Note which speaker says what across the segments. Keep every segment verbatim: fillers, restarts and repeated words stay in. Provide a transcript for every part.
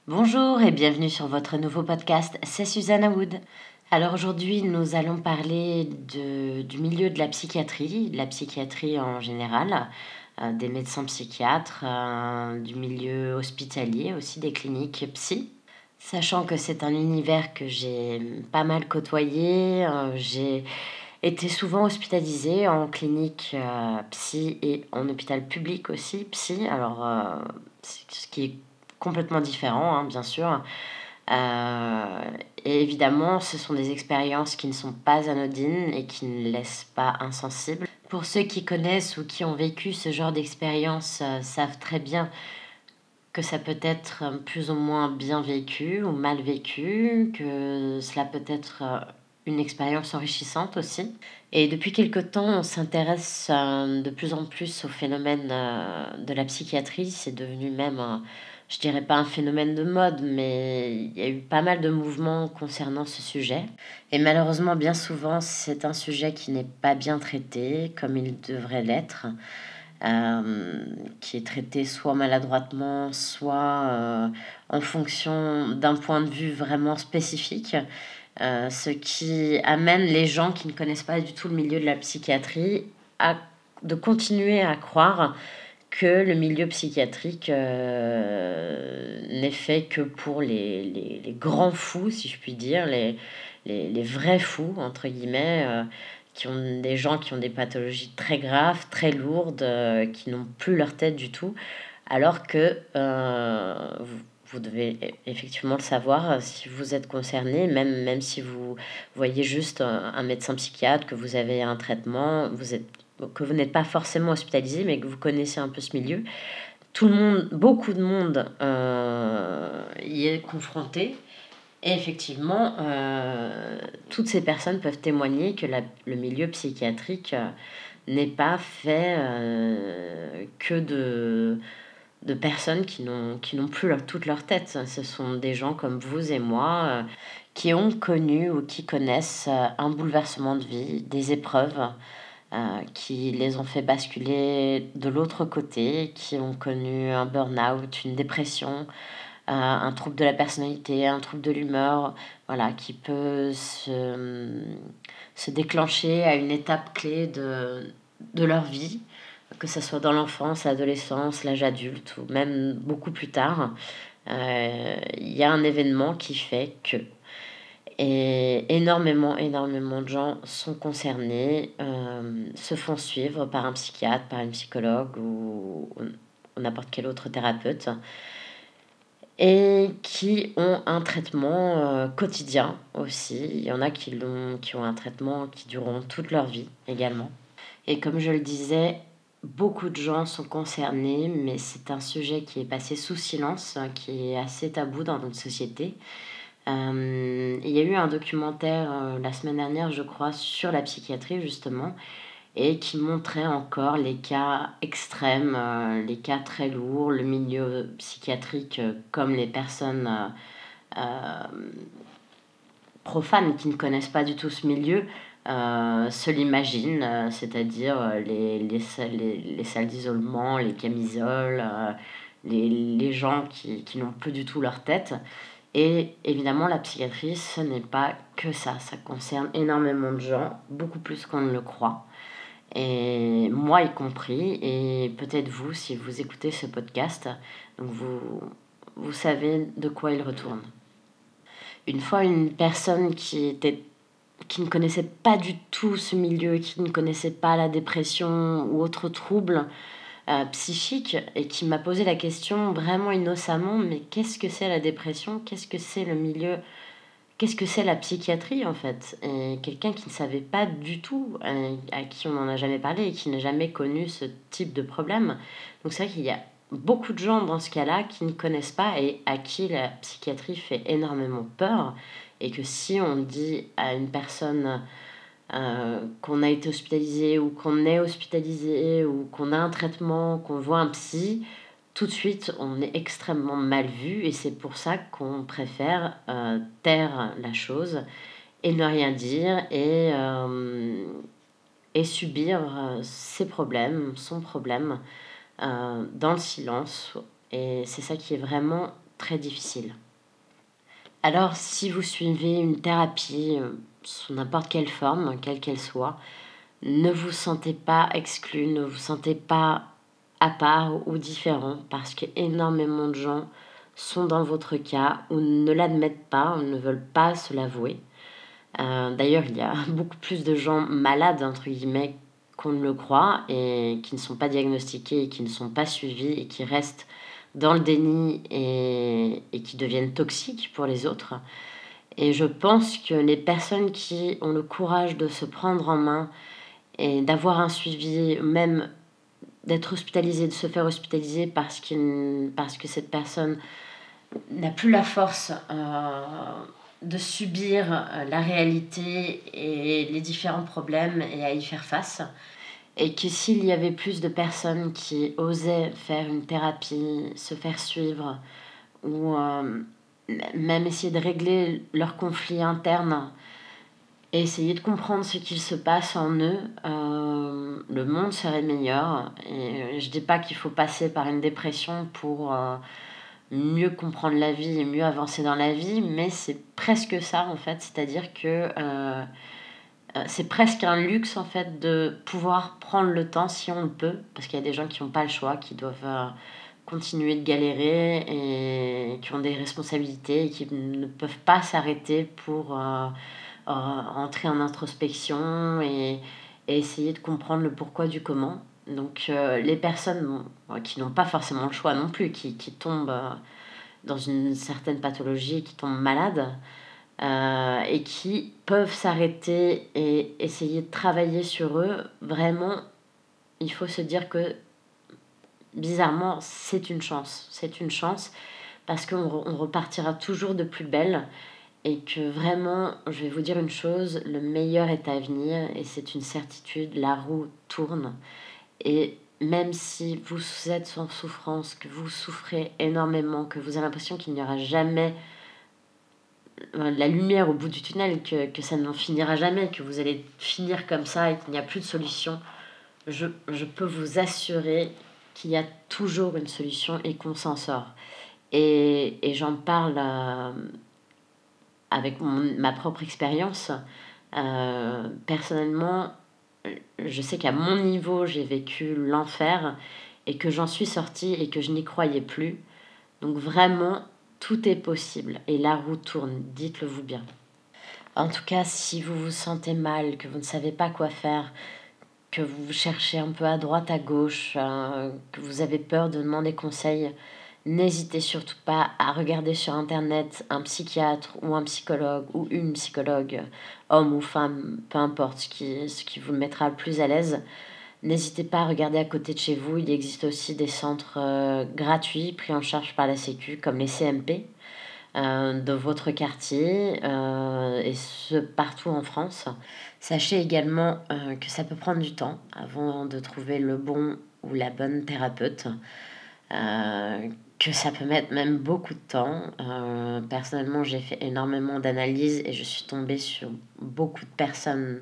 Speaker 1: Bonjour et bienvenue sur votre nouveau podcast, c'est Susanna Wood. Alors aujourd'hui, nous allons parler de, du milieu de la psychiatrie, de la psychiatrie en général, euh, des médecins psychiatres, euh, du milieu hospitalier, aussi des cliniques psy. Sachant que c'est un univers que j'ai pas mal côtoyé, euh, j'ai été souvent hospitalisée en clinique euh, psy et en hôpital public aussi psy. Alors, euh, c'est- ce qui est complètement différent, hein, bien sûr. Euh, et évidemment, ce sont des expériences qui ne sont pas anodines et qui ne laissent pas insensibles. Pour ceux qui connaissent ou qui ont vécu ce genre d'expérience, euh, savent très bien que ça peut être euh, plus ou moins bien vécu ou mal vécu, que cela peut être euh, une expérience enrichissante aussi. Et depuis quelque temps, on s'intéresse euh, de plus en plus au phénomène euh, de la psychiatrie. C'est devenu même, un, je dirais pas un phénomène de mode, mais il y a eu pas mal de mouvements concernant ce sujet. Et malheureusement, bien souvent, c'est un sujet qui n'est pas bien traité comme il devrait l'être. Euh, qui est traité soit maladroitement, soit euh, en fonction d'un point de vue vraiment spécifique, euh, ce qui amène les gens qui ne connaissent pas du tout le milieu de la psychiatrie à de continuer à croire que le milieu psychiatrique euh, n'est fait que pour les, les, les grands fous, si je puis dire, les, les, les vrais fous, entre guillemets, euh, qui ont des gens qui ont des pathologies très graves, très lourdes, euh, qui n'ont plus leur tête du tout, alors que euh, vous, vous devez e- effectivement le savoir euh, si vous êtes concerné, même, même si vous voyez juste un, un médecin psychiatre, que vous avez un traitement, vous êtes, que vous n'êtes pas forcément hospitalisé, mais que vous connaissez un peu ce milieu. Tout le monde, beaucoup de monde euh, y est confronté. Et effectivement, euh, toutes ces personnes peuvent témoigner que la- le milieu psychiatrique euh, n'est pas fait euh, que de, de personnes qui n'ont, qui n'ont plus leur, toute leur tête. Ce sont des gens comme vous et moi euh, qui ont connu ou qui connaissent euh, un bouleversement de vie, des épreuves euh, qui les ont fait basculer de l'autre côté, qui ont connu un burn-out, une dépression, euh, un trouble de la personnalité, un trouble de l'humeur, voilà, qui peut se, se déclencher à une étape clé de, de leur vie, que ce soit dans l'enfance, l'adolescence, l'âge adulte ou même beaucoup plus tard. Euh, Il y a un événement qui fait que. Et énormément, énormément de gens sont concernés, euh, se font suivre par un psychiatre, par une psychologue ou, ou n'importe quel autre thérapeute et qui ont un traitement euh, quotidien aussi. Il y en a qui, l'ont, qui ont un traitement qui dureront toute leur vie également. Et comme je le disais, beaucoup de gens sont concernés, mais c'est un sujet qui est passé sous silence, hein, qui est assez tabou dans notre société. Euh, il y a eu un documentaire euh, la semaine dernière, je crois, sur la psychiatrie justement, et qui montrait encore les cas extrêmes, euh, les cas très lourds, le milieu psychiatrique euh, comme les personnes euh, euh, profanes qui ne connaissent pas du tout ce milieu euh, se l'imaginent, euh, c'est-à-dire euh, les, les, salles- les, les salles d'isolement, les camisoles, euh, les, les gens qui, qui n'ont plus du tout leur tête. Et évidemment, la psychiatrie, ce n'est pas que ça. Ça concerne énormément de gens, beaucoup plus qu'on ne le croit. Et moi y compris, et peut-être vous, si vous écoutez ce podcast, donc vous, vous savez de quoi il retourne. Une fois, une personne qui, était, qui ne connaissait pas du tout ce milieu, qui ne connaissait pas la dépression ou autre trouble euh, psychique, et qui m'a posé la question vraiment innocemment, mais qu'est-ce que c'est la dépression? Qu'est-ce que c'est le milieu? Qu'est-ce que c'est la psychiatrie en fait? Et quelqu'un qui ne savait pas du tout, euh, à qui on n'en a jamais parlé et qui n'a jamais connu ce type de problème. Donc c'est vrai qu'il y a beaucoup de gens dans ce cas-là qui ne connaissent pas et à qui la psychiatrie fait énormément peur. Et que si on dit à une personne euh, qu'on a été hospitalisé ou qu'on est hospitalisé ou qu'on a un traitement, qu'on voit un psy, tout de suite, on est extrêmement mal vu et c'est pour ça qu'on préfère euh, taire la chose et ne rien dire et, euh, et subir euh, ses problèmes, son problème, euh, dans le silence. Et c'est ça qui est vraiment très difficile. Alors, si vous suivez une thérapie euh, sous n'importe quelle forme, quelle qu'elle soit, ne vous sentez pas exclu, ne vous sentez pas à part ou différent, parce qu'énormément de gens sont dans votre cas ou ne l'admettent pas, ou ne veulent pas se l'avouer. Euh, D'ailleurs, il y a beaucoup plus de gens malades, entre guillemets, qu'on ne le croit, et qui ne sont pas diagnostiqués, et qui ne sont pas suivis, et qui restent dans le déni et, et qui deviennent toxiques pour les autres. Et je pense que les personnes qui ont le courage de se prendre en main et d'avoir un suivi, même d'être hospitalisé, de se faire hospitaliser parce, qu'il, parce que cette personne n'a plus la force euh, de subir euh, la réalité et les différents problèmes et à y faire face. Et que s'il y avait plus de personnes qui osaient faire une thérapie, se faire suivre, ou euh, même essayer de régler leurs conflits internes et essayer de comprendre ce qu'il se passe en eux, euh, le monde serait meilleur. Et je dis pas qu'il faut passer par une dépression pour euh, mieux comprendre la vie et mieux avancer dans la vie, mais c'est presque ça en fait, c'est-à-dire que euh, euh, c'est presque un luxe en fait de pouvoir prendre le temps si on le peut, parce qu'il y a des gens qui n'ont pas le choix, qui doivent euh, continuer de galérer et qui ont des responsabilités et qui ne peuvent pas s'arrêter pour euh, euh, entrer en introspection et, et essayer de comprendre le pourquoi du comment. Donc euh, les personnes bon, qui n'ont pas forcément le choix non plus, qui, qui tombent euh, dans une certaine pathologie, qui tombent malades, euh, et qui peuvent s'arrêter et essayer de travailler sur eux, vraiment, il faut se dire que bizarrement, c'est une chance. C'est une chance parce qu'on re- on repartira toujours de plus belle et que vraiment, je vais vous dire une chose, le meilleur est à venir et c'est une certitude, la roue tourne. Et même si vous êtes en souffrance, que vous souffrez énormément, que vous avez l'impression qu'il n'y aura jamais euh, la lumière au bout du tunnel, que, que ça n'en finira jamais, que vous allez finir comme ça et qu'il n'y a plus de solution, je, je peux vous assurer qu'il y a toujours une solution et qu'on s'en sort. Et, et j'en parle euh, avec mon- ma propre expérience. Euh, personnellement, je sais qu'à mon niveau, j'ai vécu l'enfer et que j'en suis sortie et que je n'y croyais plus. Donc vraiment, tout est possible et la roue tourne, dites-le vous bien. En tout cas, si vous vous sentez mal, que vous ne savez pas quoi faire, que vous cherchez un peu à droite, à gauche, euh, que vous avez peur de demander conseil, n'hésitez surtout pas à regarder sur Internet un psychiatre ou un psychologue ou une psychologue, homme ou femme, peu importe ce qui, ce qui vous mettra le plus à l'aise. N'hésitez pas à regarder à côté de chez vous. Il existe aussi des centres euh, gratuits pris en charge par la Sécu, comme les C M P euh, de votre quartier euh, et ce partout en France. Sachez également euh, que ça peut prendre du temps avant de trouver le bon ou la bonne thérapeute, euh, que ça peut mettre même beaucoup de temps. Euh, personnellement, j'ai fait énormément d'analyses et je suis tombée sur beaucoup de personnes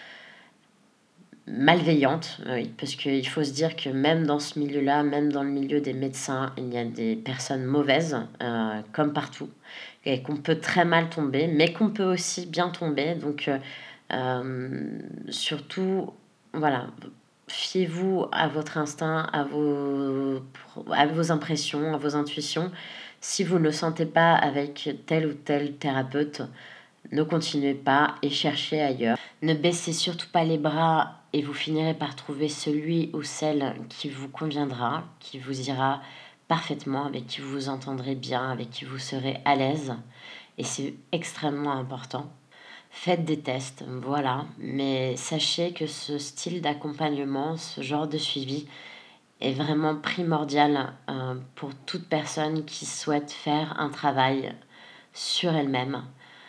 Speaker 1: malveillantes, oui, parce qu'il faut se dire que même dans ce milieu-là, même dans le milieu des médecins, il y a des personnes mauvaises, euh, comme partout, et qu'on peut très mal tomber, mais qu'on peut aussi bien tomber. Donc, euh, euh, surtout, voilà, fiez-vous à votre instinct, à vos, à vos impressions, à vos intuitions. Si vous ne le sentez pas avec tel ou tel thérapeute, ne continuez pas et cherchez ailleurs. Ne baissez surtout pas les bras et vous finirez par trouver celui ou celle qui vous conviendra, qui vous ira parfaitement, avec qui vous vous entendrez bien, avec qui vous serez à l'aise. Et c'est extrêmement important. Faites des tests, voilà, mais sachez que ce style d'accompagnement, ce genre de suivi est vraiment primordial euh, pour toute personne qui souhaite faire un travail sur elle-même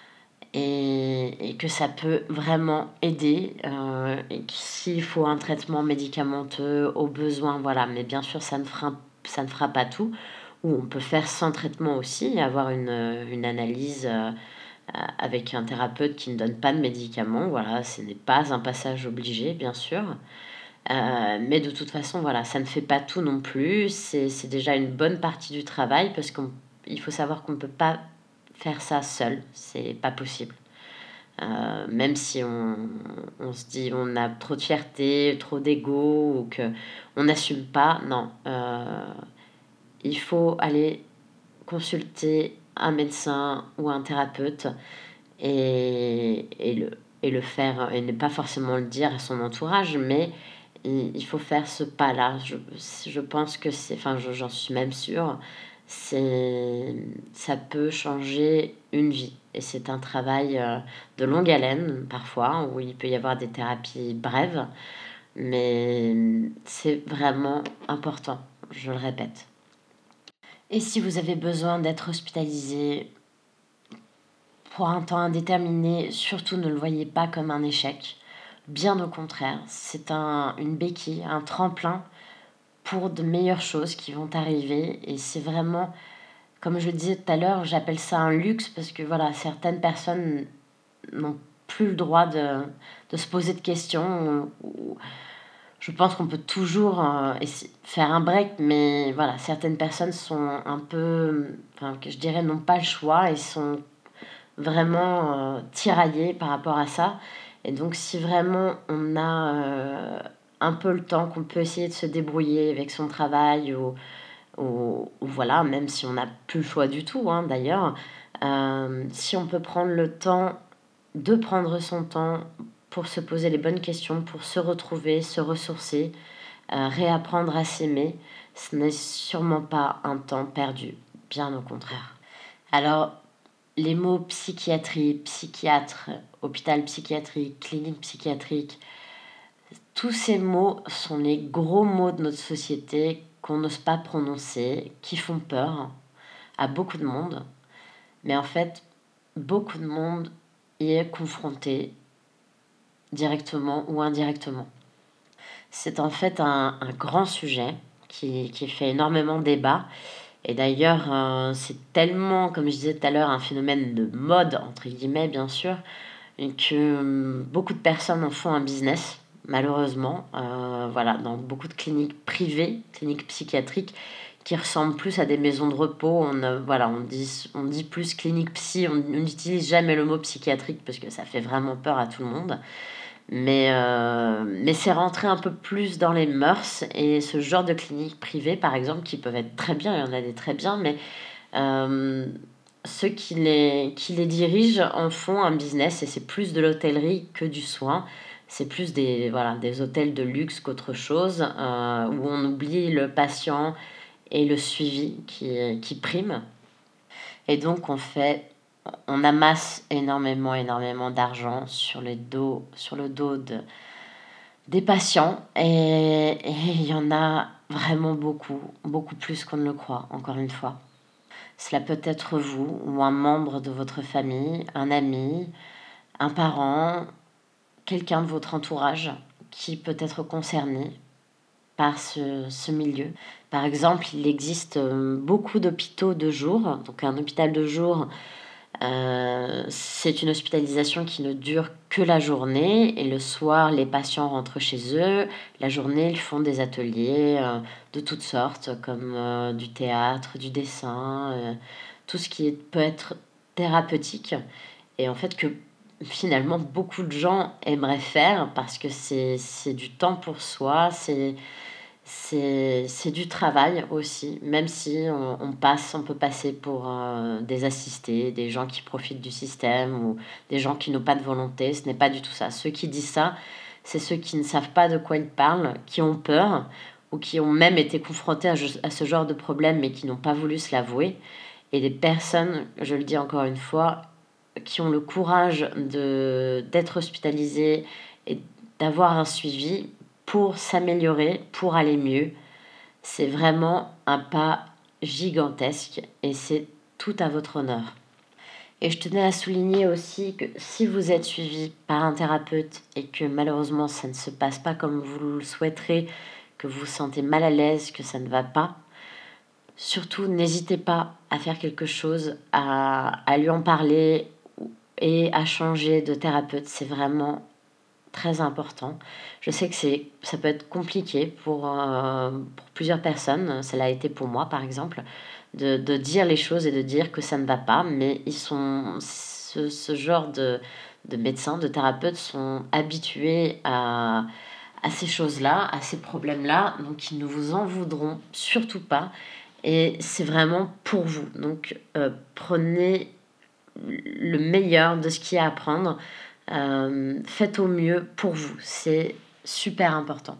Speaker 1: et, et que ça peut vraiment aider euh, et que s'il faut un traitement médicamenteux au besoin, voilà, mais bien sûr ça ne fera, ça ne fera pas tout, ou on peut faire sans traitement aussi, avoir une, une analyse euh, avec un thérapeute qui ne donne pas de médicaments, voilà, ce n'est pas un passage obligé bien sûr. Euh, mais de toute façon, voilà, ça ne fait pas tout non plus. C'est, c'est déjà une bonne partie du travail parce qu'on il faut savoir qu'on ne peut pas faire ça seul, c'est pas possible. Euh, même si on, on se dit on a trop de fierté, trop d'ego ou que on n'assume pas, non. Euh, il faut aller consulter un médecin ou un thérapeute et, et, le, et le faire, et ne pas forcément le dire à son entourage, mais il, il faut faire ce pas-là. Je, je pense que c'est, enfin je- j'en suis même sûre, c'est, ça peut changer une vie. Et c'est un travail euh, de longue haleine parfois, où il peut y avoir des thérapies brèves, mais c'est vraiment important, je le répète. Et si vous avez besoin d'être hospitalisé pour un temps indéterminé, surtout ne le voyez pas comme un échec. Bien au contraire, c'est un, une béquille, un tremplin pour de meilleures choses qui vont arriver. Et c'est vraiment, comme je le disais tout à l'heure, j'appelle ça un luxe parce que voilà, certaines personnes n'ont plus le droit de, de se poser de questions. Ou, ou, je pense qu'on peut toujours euh, faire un break, mais voilà, certaines personnes sont un peu, enfin, que je dirais, n'ont pas le choix et sont vraiment euh, tiraillé par rapport à ça. Et donc, si vraiment on a euh, un peu le temps, qu'on peut essayer de se débrouiller avec son travail, ou, ou, ou voilà, même si on n'a plus le choix du tout, hein, d'ailleurs, euh, si on peut prendre le temps de prendre son temps pour se poser les bonnes questions, pour se retrouver, se ressourcer, euh, réapprendre à s'aimer, ce n'est sûrement pas un temps perdu, bien au contraire. Alors, les mots psychiatrie, psychiatre, hôpital psychiatrique, clinique psychiatrique, tous ces mots sont les gros mots de notre société qu'on n'ose pas prononcer, qui font peur à beaucoup de monde. Mais en fait, beaucoup de monde y est confronté directement ou indirectement. C'est en fait un, un grand sujet qui, qui fait énormément débat. Et d'ailleurs, euh, c'est tellement, comme je disais tout à l'heure, un phénomène de mode, entre guillemets, bien sûr, et que euh, beaucoup de personnes en font un business, malheureusement. Euh, voilà, dans beaucoup de cliniques privées, cliniques psychiatriques, qui ressemblent plus à des maisons de repos. On, euh, voilà, on, dit, on dit plus clinique psy, on n'utilise jamais le mot psychiatrique parce que ça fait vraiment peur à tout le monde. Mais, euh, mais c'est rentré un peu plus dans les mœurs et ce genre de cliniques privées, par exemple, qui peuvent être très bien, il y en a des très bien, mais euh, ceux qui les, qui les dirigent en font un business et c'est plus de l'hôtellerie que du soin. C'est plus des, voilà, des hôtels de luxe qu'autre chose, euh, où on oublie le patient et le suivi qui, qui prime. Et donc on fait, on amasse énormément, énormément d'argent sur les dos, sur le dos de, des patients et et il y en a vraiment beaucoup, beaucoup plus qu'on ne le croit, encore une fois. Cela peut être vous ou un membre de votre famille, un ami, un parent, quelqu'un de votre entourage qui peut être concerné par ce, ce milieu. Par exemple, il existe euh, beaucoup d'hôpitaux de jour. Donc un hôpital de jour, euh, c'est une hospitalisation qui ne dure que la journée et le soir, les patients rentrent chez eux. La journée, ils font des ateliers euh, de toutes sortes, comme euh, du théâtre, du dessin, euh, tout ce qui est- peut être thérapeutique. Et en fait, que finalement, beaucoup de gens aimeraient faire parce que c'est c'est du temps pour soi, c'est c'est c'est du travail aussi, même si on, on passe, on peut passer pour euh, des assistés, des gens qui profitent du système ou des gens qui n'ont pas de volonté. Ce n'est pas du tout ça. Ceux qui disent ça, c'est ceux qui ne savent pas de quoi ils parlent, qui ont peur ou qui ont même été confrontés à, à ce genre de problème mais qui n'ont pas voulu se l'avouer. Et des personnes, je le dis encore une fois, qui ont le courage de d'être hospitalisées et d'avoir un suivi pour s'améliorer, pour aller mieux. C'est vraiment un pas gigantesque et c'est tout à votre honneur. Et je tenais à souligner aussi que si vous êtes suivi par un thérapeute et que malheureusement ça ne se passe pas comme vous le souhaiterez, que vous vous sentez mal à l'aise, que ça ne va pas, surtout n'hésitez pas à faire quelque chose, à, à lui en parler et à changer de thérapeute. C'est vraiment très important. Je sais que c'est, ça peut être compliqué pour, euh, pour plusieurs personnes. Ça l'a été pour moi, par exemple, de, de dire les choses et de dire que ça ne va pas, mais ils sont, ce, ce genre de, de médecins, de thérapeutes sont habitués à, à ces choses-là, à ces problèmes-là, donc ils ne vous en voudront surtout pas, et c'est vraiment pour vous. Donc euh, prenez le meilleur de ce qu'il y a à prendre, euh, faites au mieux pour vous, c'est super important.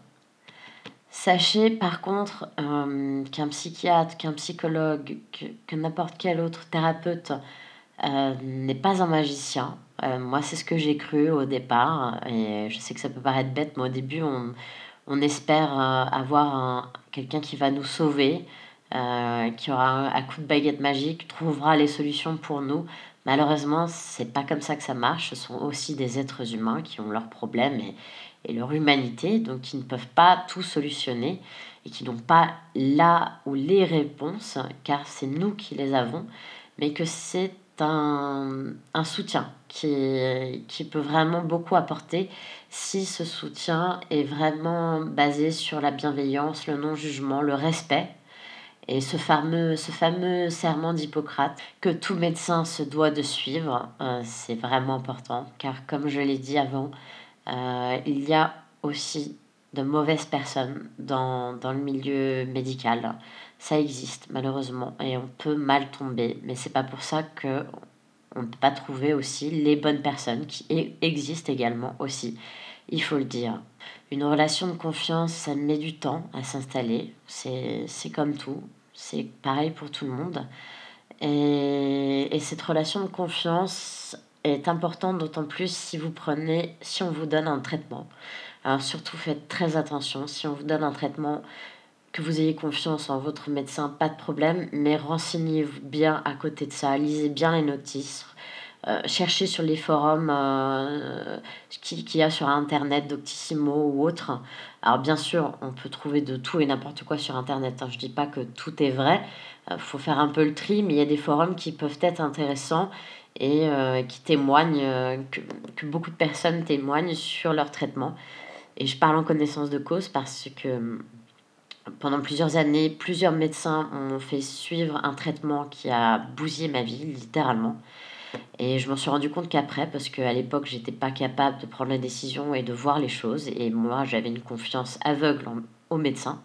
Speaker 1: Sachez par contre euh, qu'un psychiatre, qu'un psychologue, que, que n'importe quel autre thérapeute euh, n'est pas un magicien. Euh, moi, c'est ce que j'ai cru au départ, et je sais que ça peut paraître bête, mais au début, on, on espère euh, avoir un, quelqu'un qui va nous sauver, euh, qui aura un, à coup de baguette magique, trouvera les solutions pour nous. Malheureusement, c'est pas comme ça que ça marche. Ce sont aussi des êtres humains qui ont leurs problèmes et, et leur humanité, donc qui ne peuvent pas tout solutionner et qui n'ont pas là ou les réponses, car c'est nous qui les avons, mais que c'est un, un soutien qui, qui peut vraiment beaucoup apporter si ce soutien est vraiment basé sur la bienveillance, le non-jugement, le respect. Et ce fameux, ce fameux serment d'Hippocrate que tout médecin se doit de suivre, euh, c'est vraiment important, car comme je l'ai dit avant, euh, il y a aussi de mauvaises personnes dans, dans le milieu médical. Ça existe malheureusement et on peut mal tomber, mais c'est pas pour ça que on ne peut pas trouver aussi les bonnes personnes qui e- existent également aussi, il faut le dire. Une relation de confiance, ça met du temps à s'installer, c'est, c'est comme tout, c'est pareil pour tout le monde. Et, et cette relation de confiance est importante d'autant plus si vous prenez, si on vous donne un traitement. Alors surtout faites très attention, si on vous donne un traitement, que vous ayez confiance en votre médecin, pas de problème, mais renseignez-vous bien à côté de ça, lisez bien les notices, euh, cherchez sur les forums euh, qu'il qui y a sur Internet, Doctissimo ou autre. Alors bien sûr, on peut trouver de tout et n'importe quoi sur Internet, hein. Je dis pas que tout est vrai, il euh, faut faire un peu le tri, mais il y a des forums qui peuvent être intéressants et euh, qui témoignent, euh, que, que beaucoup de personnes témoignent sur leur traitement. Et je parle en connaissance de cause parce que pendant plusieurs années, plusieurs médecins ont fait suivre un traitement qui a bousillé ma vie, littéralement. Et je m'en suis rendu compte qu'après, parce qu'à l'époque, j'étais pas capable de prendre la décision et de voir les choses. Et moi, j'avais une confiance aveugle en- aux médecins.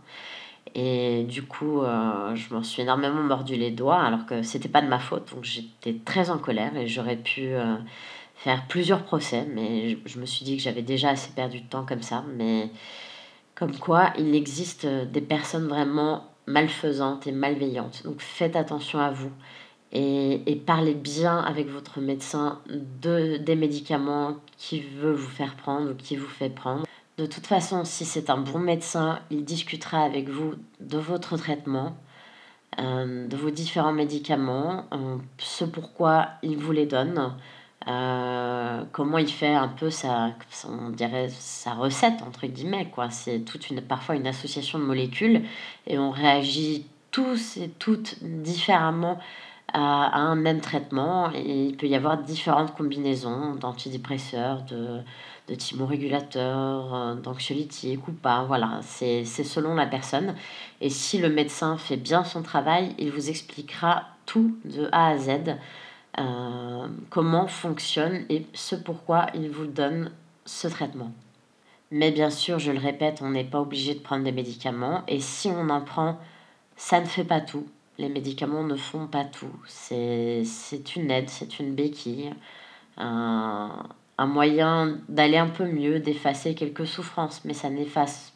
Speaker 1: Et du coup, euh, je m'en suis énormément mordu les doigts, alors que c'était pas de ma faute. Donc j'étais très en colère et j'aurais pu euh, faire plusieurs procès. Mais je, je me suis dit que j'avais déjà assez perdu de temps comme ça. Mais comme quoi, il existe euh, des personnes vraiment malfaisantes et malveillantes. Donc faites attention à vous et, et parlez bien avec votre médecin de, des médicaments qu'il veut vous faire prendre ou qui vous fait prendre. De toute façon, si c'est un bon médecin, il discutera avec vous de votre traitement, euh, de vos différents médicaments, euh, ce pourquoi il vous les donne, euh, comment il fait un peu sa, on dirait sa recette entre guillemets quoi. C'est toute une, parfois une association de molécules et on réagit tous et toutes différemment à, à un même traitement et il peut y avoir différentes combinaisons d'antidépresseurs, de, de thymorégulateurs, euh, d'anxiolytiques ou pas. Voilà, c'est, c'est selon la personne. Et si le médecin fait bien son travail, il vous expliquera tout de A à Z, euh, comment fonctionne et ce pourquoi il vous donne ce traitement. Mais bien sûr, je le répète, on n'est pas obligé de prendre des médicaments et si on en prend, ça ne fait pas tout. Les médicaments ne font pas tout. C'est, c'est une aide, c'est une béquille, un, un moyen d'aller un peu mieux, d'effacer quelques souffrances, mais ça n'efface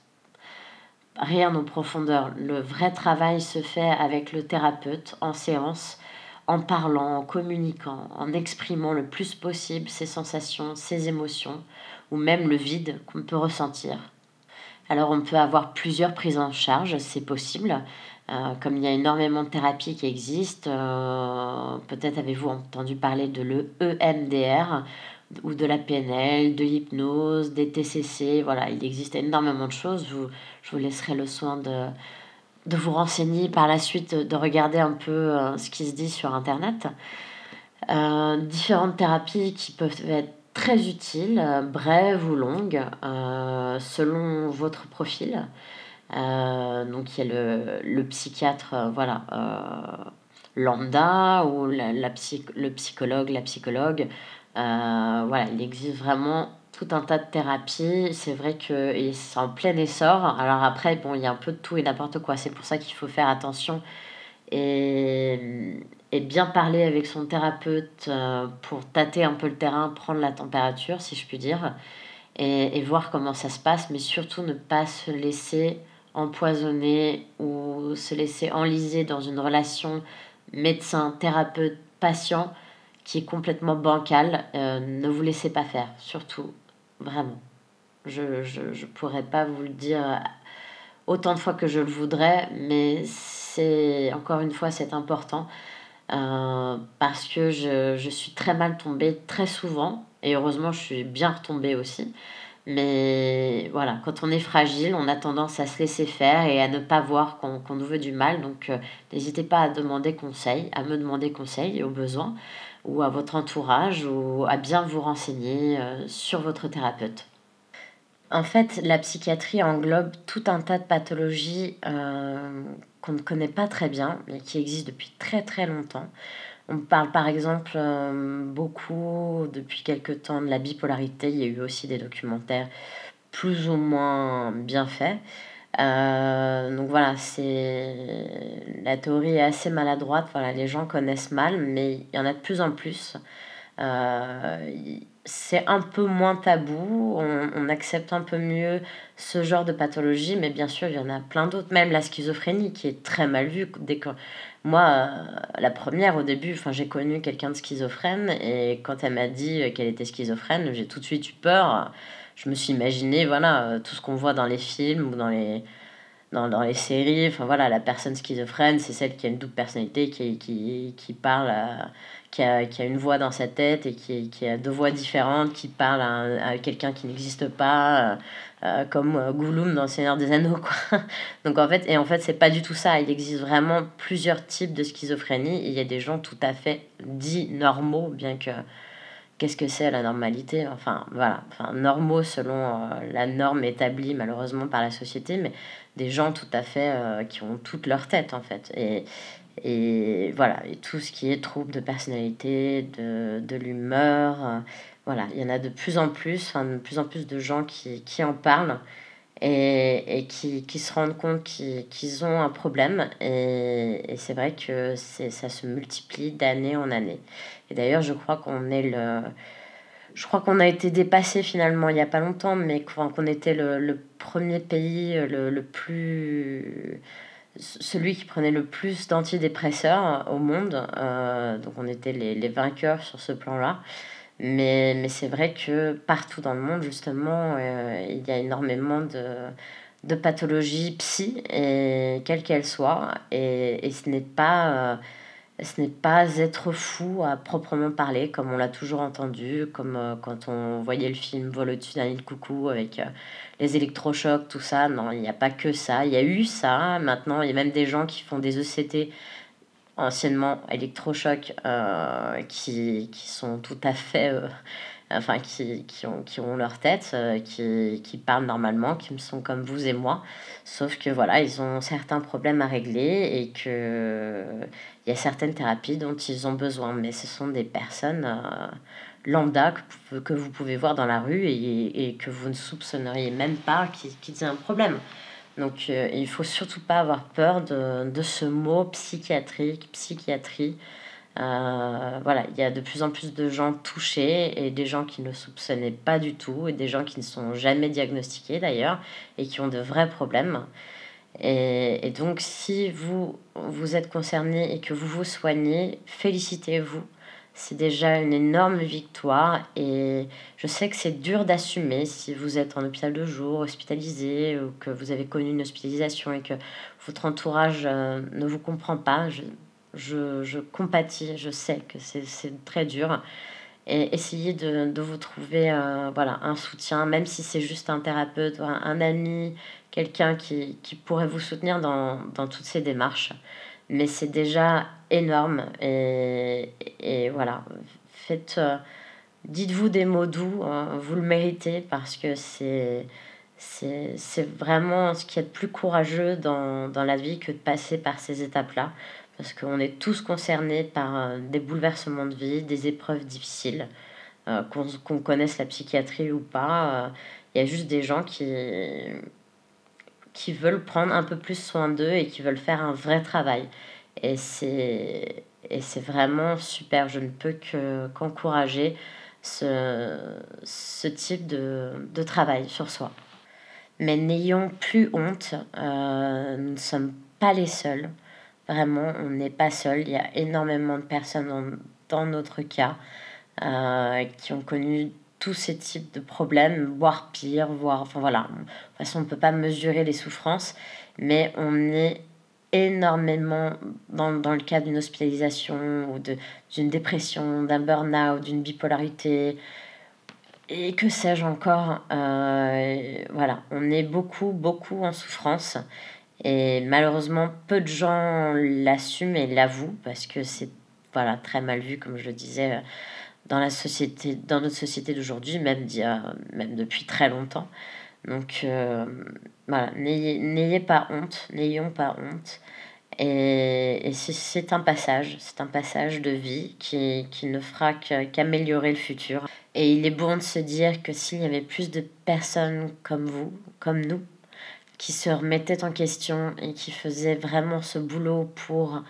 Speaker 1: rien en profondeur. Le vrai travail se fait avec le thérapeute en séance, en parlant, en communiquant, en exprimant le plus possible ses sensations, ses émotions, ou même le vide qu'on peut ressentir. Alors on peut avoir plusieurs prises en charge, c'est possible. Euh, comme il y a énormément de thérapies qui existent, euh, peut-être avez-vous entendu parler de l'E M D R ou de la P N L, de l'hypnose, des T C C. Voilà, il existe énormément de choses. Vous- je vous laisserai le soin de, de vous renseigner par la suite, de regarder un peu euh, ce qui se dit sur Internet. Euh, différentes thérapies qui peuvent être très utiles, euh, brèves ou longues, euh, selon votre profil. Euh, donc il y a le, le psychiatre, euh, voilà, euh, lambda ou la, la psy- le psychologue, la psychologue. Euh, voilà, il existe vraiment tout un tas de thérapies. C'est vrai que et c'est en plein essor. Alors après, bon, il y a un peu de tout et n'importe quoi. C'est pour ça qu'il faut faire attention et, et bien parler avec son thérapeute euh, pour tâter un peu le terrain, prendre la température, si je puis dire, et, et voir comment ça se passe, mais surtout ne pas se laisser empoisonner ou se laisser enliser dans une relation médecin, thérapeute, patient qui est complètement bancale. Euh, ne vous laissez pas faire, surtout, vraiment. Je, je, je pourrais pas vous le dire autant de fois que je le voudrais, mais c'est encore une fois, c'est important euh, parce que je, je suis très mal tombée très souvent et heureusement, je suis bien retombée aussi. Mais voilà, quand on est fragile, on a tendance à se laisser faire et à ne pas voir qu'on qu'on nous veut du mal. Donc, euh, n'hésitez pas à demander conseil, à me demander conseil au besoin, ou à votre entourage, ou à bien vous renseigner euh, sur votre thérapeute. En fait, la psychiatrie englobe tout un tas de pathologies euh, qu'on ne connaît pas très bien, mais qui existent depuis très très longtemps. On parle par exemple euh, beaucoup depuis quelque temps de la bipolarité. Il y a eu aussi des documentaires plus ou moins bien faits. Euh, donc voilà, c'est la théorie est assez maladroite. Voilà, les gens connaissent mal, mais il y en a de plus en plus. Euh, c'est un peu moins tabou, on, on accepte un peu mieux ce genre de pathologie, mais bien sûr, il y en a plein d'autres, même la schizophrénie qui est très mal vue. Dès que, moi, euh, la première au début, enfin, j'ai connu quelqu'un de schizophrène, et quand elle m'a dit qu'elle était schizophrène, j'ai tout de suite eu peur. Je me suis imaginé, voilà, euh, tout ce qu'on voit dans les films ou dans les, dans, dans les séries. Enfin voilà, la personne schizophrène, c'est celle qui a une double personnalité, qui, qui, qui parle, à- qui, a, qui a une voix dans sa tête et qui, qui a deux voix différentes, qui parle à, un- à quelqu'un qui n'existe pas, euh, euh, comme euh, Gollum dans Le Seigneur des Anneaux, quoi. Donc en fait, et en fait, c'est pas du tout ça. Il existe vraiment plusieurs types de schizophrénie et il y a des gens tout à fait dits normaux, bien que qu'est-ce que c'est la normalité? Enfin, voilà, enfin, normaux selon euh, la norme établie malheureusement par la société, mais des gens tout à fait euh, qui ont toute leur tête en fait. Et, et voilà, et tout ce qui est trouble de personnalité, de, de l'humeur, euh, voilà, il y en a de plus en plus, enfin, de plus en plus de gens qui, qui en parlent et, et qui, qui se rendent compte qu'ils qu'ils ont un problème. Et, et c'est vrai que c'est, ça se multiplie d'année en année. Et d'ailleurs, je crois qu'on est le, je crois qu'on a été dépassé finalement il n'y a pas longtemps, mais qu'on qu'on était le, le premier pays, le, le plus, celui qui prenait le plus d'antidépresseurs au monde. Euh, donc on était les, les vainqueurs sur ce plan-là. Mais, mais c'est vrai que partout dans le monde, justement, euh, il y a énormément de, de pathologies psy, et quelles qu'elles soient. Et, et ce n'est pas, euh, ce n'est pas être fou à proprement parler, comme on l'a toujours entendu, comme euh, quand on voyait le film Vol au-dessus d'un nid de coucou avec euh, les électrochocs, tout ça. Non, il n'y a pas que ça. Il y a eu ça. Maintenant, il y a même des gens qui font des E C T anciennement électrochocs, euh, qui, qui sont tout à fait, euh, enfin qui, qui, ont, qui ont leur tête, euh, qui, qui parlent normalement, qui sont comme vous et moi, sauf que voilà, ils ont certains problèmes à régler et que il y a certaines thérapies dont ils ont besoin, mais ce sont des personnes euh, lambda que, que vous pouvez voir dans la rue et, et que vous ne soupçonneriez même pas qu'ils qu'ils aient un problème. Donc, euh, il faut surtout pas avoir peur de, de ce mot psychiatrique, psychiatrie. Euh, voilà, il y a de plus en plus de gens touchés et des gens qui ne soupçonnaient pas du tout et des gens qui ne sont jamais diagnostiqués d'ailleurs et qui ont de vrais problèmes. Et, et donc, si vous, vous êtes concerné et que vous vous soignez, félicitez-vous. C'est déjà une énorme victoire et je sais que c'est dur d'assumer si vous êtes en hôpital de jour, hospitalisé ou que vous avez connu une hospitalisation et que votre entourage euh, ne vous comprend pas. Je, je, je compatis, je sais que c'est c'est très dur et essayez de, de vous trouver euh, voilà, un soutien, même si c'est juste un thérapeute, un, un ami, quelqu'un qui, qui pourrait vous soutenir dans, dans toutes ces démarches. Mais c'est déjà énorme et, et voilà, faites, euh, dites-vous des mots doux, hein, vous le méritez parce que c'est, c'est, c'est vraiment ce qui est de plus courageux dans, dans la vie que de passer par ces étapes-là. parce qu'on est tous concernés par euh, des bouleversements de vie, des épreuves difficiles, euh, qu'on, qu'on connaisse la psychiatrie ou pas. Il euh, y a juste des gens qui, qui veulent prendre un peu plus soin d'eux et qui veulent faire un vrai travail. Et c'est, et c'est vraiment super. Je ne peux que, qu'encourager ce, ce type de, de travail sur soi. Mais n'ayons plus honte, euh, nous ne sommes pas les seuls. Vraiment, on n'est pas seul. Il y a énormément de personnes dans, dans notre cas euh, qui ont connu tous ces types de problèmes, voire pire, voire... Enfin voilà, de toute façon, on ne peut pas mesurer les souffrances, mais on est énormément dans, dans le cas d'une hospitalisation ou de, d'une dépression, d'un burn-out, d'une bipolarité, et que sais-je encore. Euh, voilà, on est beaucoup, beaucoup en souffrance. Et malheureusement, peu de gens l'assument et l'avouent parce que c'est voilà, très mal vu, comme je le disais, dans la société, dans notre société d'aujourd'hui, même, d'il y a- même depuis très longtemps. Donc euh, voilà, n'ayez, n'ayez pas honte, n'ayons pas honte. Et, et c'est, c'est un passage, c'est un passage de vie qui, qui ne fera que- qu'améliorer le futur. Et il est bon de se dire que s'il y avait plus de personnes comme vous, comme nous, qui se remettaient en question et qui faisaient vraiment ce boulot pour,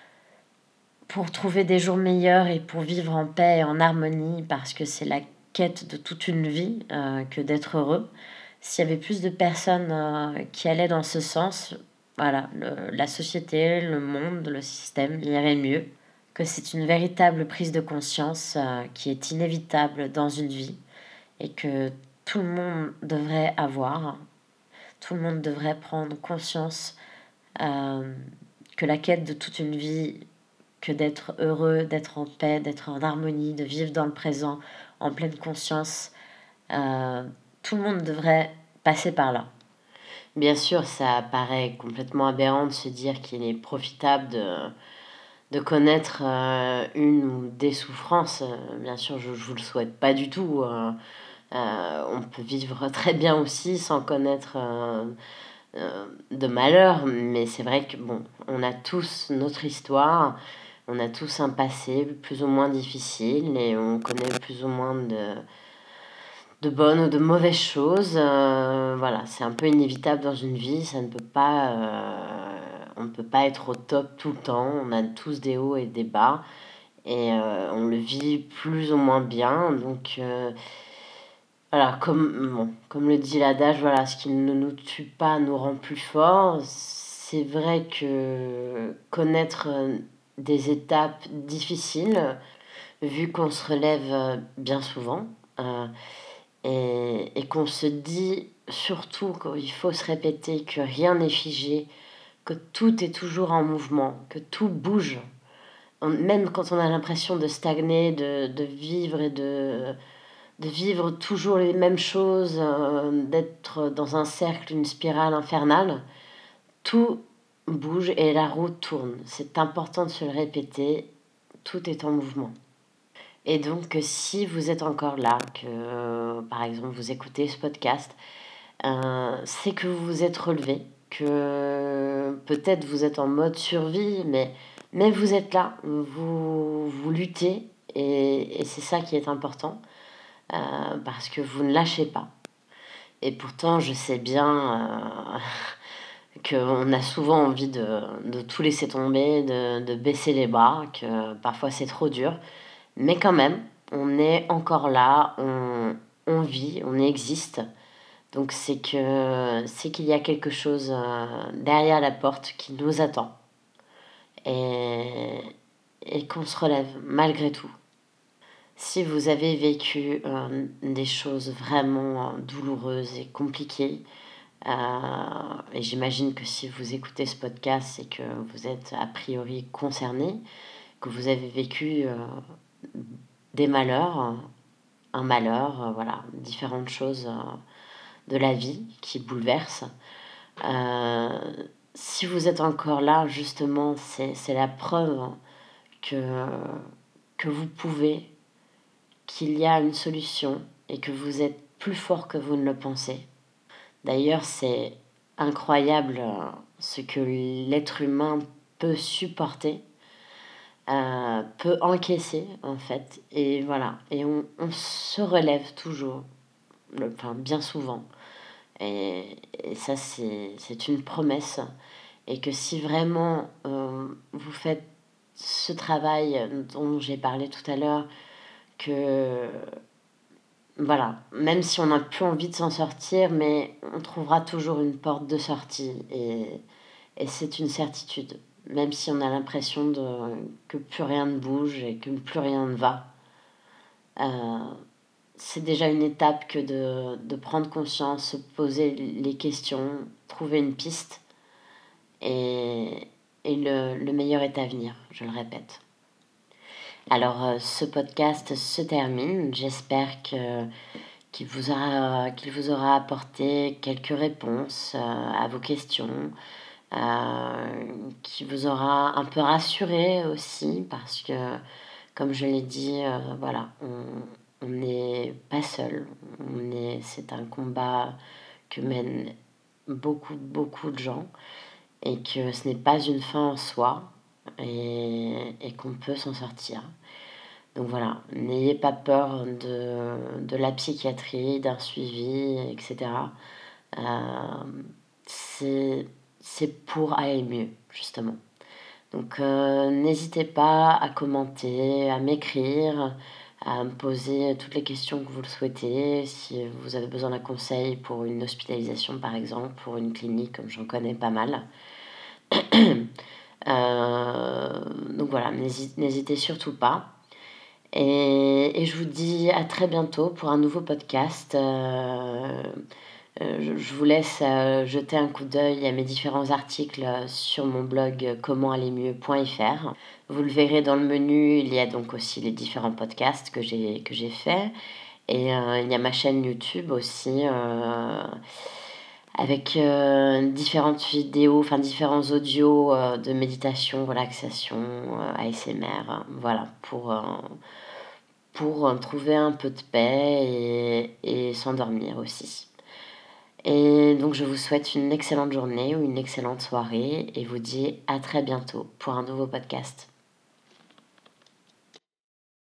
Speaker 1: pour trouver des jours meilleurs et pour vivre en paix et en harmonie, parce que c'est la quête de toute une vie euh, que d'être heureux. S'il y avait plus de personnes euh, qui allaient dans ce sens, voilà, le- la société, le monde, le système irait mieux. Que c'est une véritable prise de conscience euh, qui est inévitable dans une vie et que tout le monde devrait avoir. Tout le monde devrait prendre conscience euh, que la quête de toute une vie, que d'être heureux, d'être en paix, d'être en harmonie, de vivre dans le présent, en pleine conscience, euh, tout le monde devrait passer par là. Bien sûr, ça paraît complètement aberrant de se dire qu'il est profitable de, de connaître euh, une ou des souffrances. Euh, Bien sûr, je ne vous le souhaite pas du tout. Euh, euh, on peut vivre très bien aussi sans connaître euh, euh, de malheur, mais c'est vrai que bon, on a tous notre histoire, on a tous un passé plus ou moins difficile et on connaît plus ou moins de, de bonnes ou de mauvaises choses. Euh, voilà, c'est un peu inévitable dans une vie, ça ne peut pas, euh, on ne peut pas être au top tout le temps. On a tous des hauts et des bas et euh, on le vit plus ou moins bien. Donc euh, voilà, comme, bon, comme le dit l'adage, voilà, ce qui ne nous tue pas nous rend plus forts. C'est vrai que connaître euh, des étapes difficiles, vu qu'on se relève euh, bien souvent, euh, et, et qu'on se dit surtout qu'il faut se répéter que rien n'est figé, que tout est toujours en mouvement, que tout bouge. On- même quand on a l'impression de stagner, de, de vivre et de de vivre toujours les mêmes choses, euh, d'être dans un cercle, une spirale infernale, tout bouge et la roue tourne. C'est important de se le répéter, tout est en mouvement. Et donc, si vous êtes encore là, que euh, par exemple vous écoutez ce podcast, euh, c'est que vous vous êtes relevé, que peut-être vous êtes en mode survie, mais, mais vous êtes là, vous, vous luttez, et, et c'est ça qui est important. Euh, parce que vous ne lâchez pas. Et pourtant, je sais bien euh, qu'on a souvent envie de, de tout laisser tomber, de, de baisser les bras, que parfois c'est trop dur. Mais quand même, on est encore là, on, on vit, on existe. Donc c'est que c'est qu'il y a quelque chose euh, derrière la porte qui nous attend. Et, et qu'on se relève malgré tout. Si vous avez vécu euh, des choses vraiment euh, douloureuses et compliquées, euh, et j'imagine que si vous écoutez ce podcast, c'est que vous êtes a priori concerné, que vous avez vécu euh, des malheurs, euh, un malheur, euh, voilà, différentes choses euh, de la vie qui bouleversent. Euh, Si vous êtes encore là, justement, c'est, c'est la preuve que, que vous pouvez, qu'il y a une solution et que vous êtes plus fort que vous ne le pensez. D'ailleurs, c'est incroyable euh, ce que l'être humain peut supporter, euh, peut encaisser en fait. Et voilà, et on, on se relève toujours, le- enfin bien souvent. Et, et ça, c'est, c'est une promesse. Et que si vraiment euh, vous faites ce travail dont j'ai parlé tout à l'heure, que voilà, même si on n'a plus envie de s'en sortir, mais on trouvera toujours une porte de sortie. Et, et c'est une certitude. Même si on a l'impression de, que plus rien ne bouge et que plus rien ne va. Euh, c'est déjà une étape que de, de prendre conscience, se poser les questions, trouver une piste. Et, et le, le meilleur est à venir, je le répète. Alors, euh, ce podcast se termine. J'espère que, qu'il, vous aura, qu'il vous aura apporté quelques réponses euh, à vos questions, euh, qui vous aura un peu rassuré aussi, parce que, comme je l'ai dit, euh, voilà, on on n'est pas seul. On est, c'est un combat que mènent beaucoup, beaucoup de gens et que ce n'est pas une fin en soi et, et qu'on peut s'en sortir. Donc voilà, n'ayez pas peur de, de la psychiatrie, d'un suivi, et cetera. Euh, c'est, c'est pour aller mieux, justement. Donc euh, n'hésitez pas à commenter, à m'écrire, à me poser toutes les questions que vous le souhaitez. Si vous avez besoin d'un conseil pour une hospitalisation, par exemple, pour une clinique, comme j'en connais pas mal. Euh, donc voilà, n'hésitez surtout pas. Et, et je vous dis à très bientôt pour un nouveau podcast. Euh, euh, je, je vous laisse euh, jeter un coup d'œil à mes différents articles sur mon blog comment aller mieux point f r. Vous le verrez dans le menu, il y a donc aussi les différents podcasts que j'ai, que j'ai faits. Et euh, il y a ma chaîne YouTube aussi. Euh, avec euh, différentes vidéos, enfin différents audios euh, de méditation, relaxation, euh, A S M R, hein, voilà, pour, euh, pour euh, trouver un peu de paix et, et s'endormir aussi. Et donc je vous souhaite une excellente journée ou une excellente soirée et vous dis à très bientôt pour un nouveau podcast.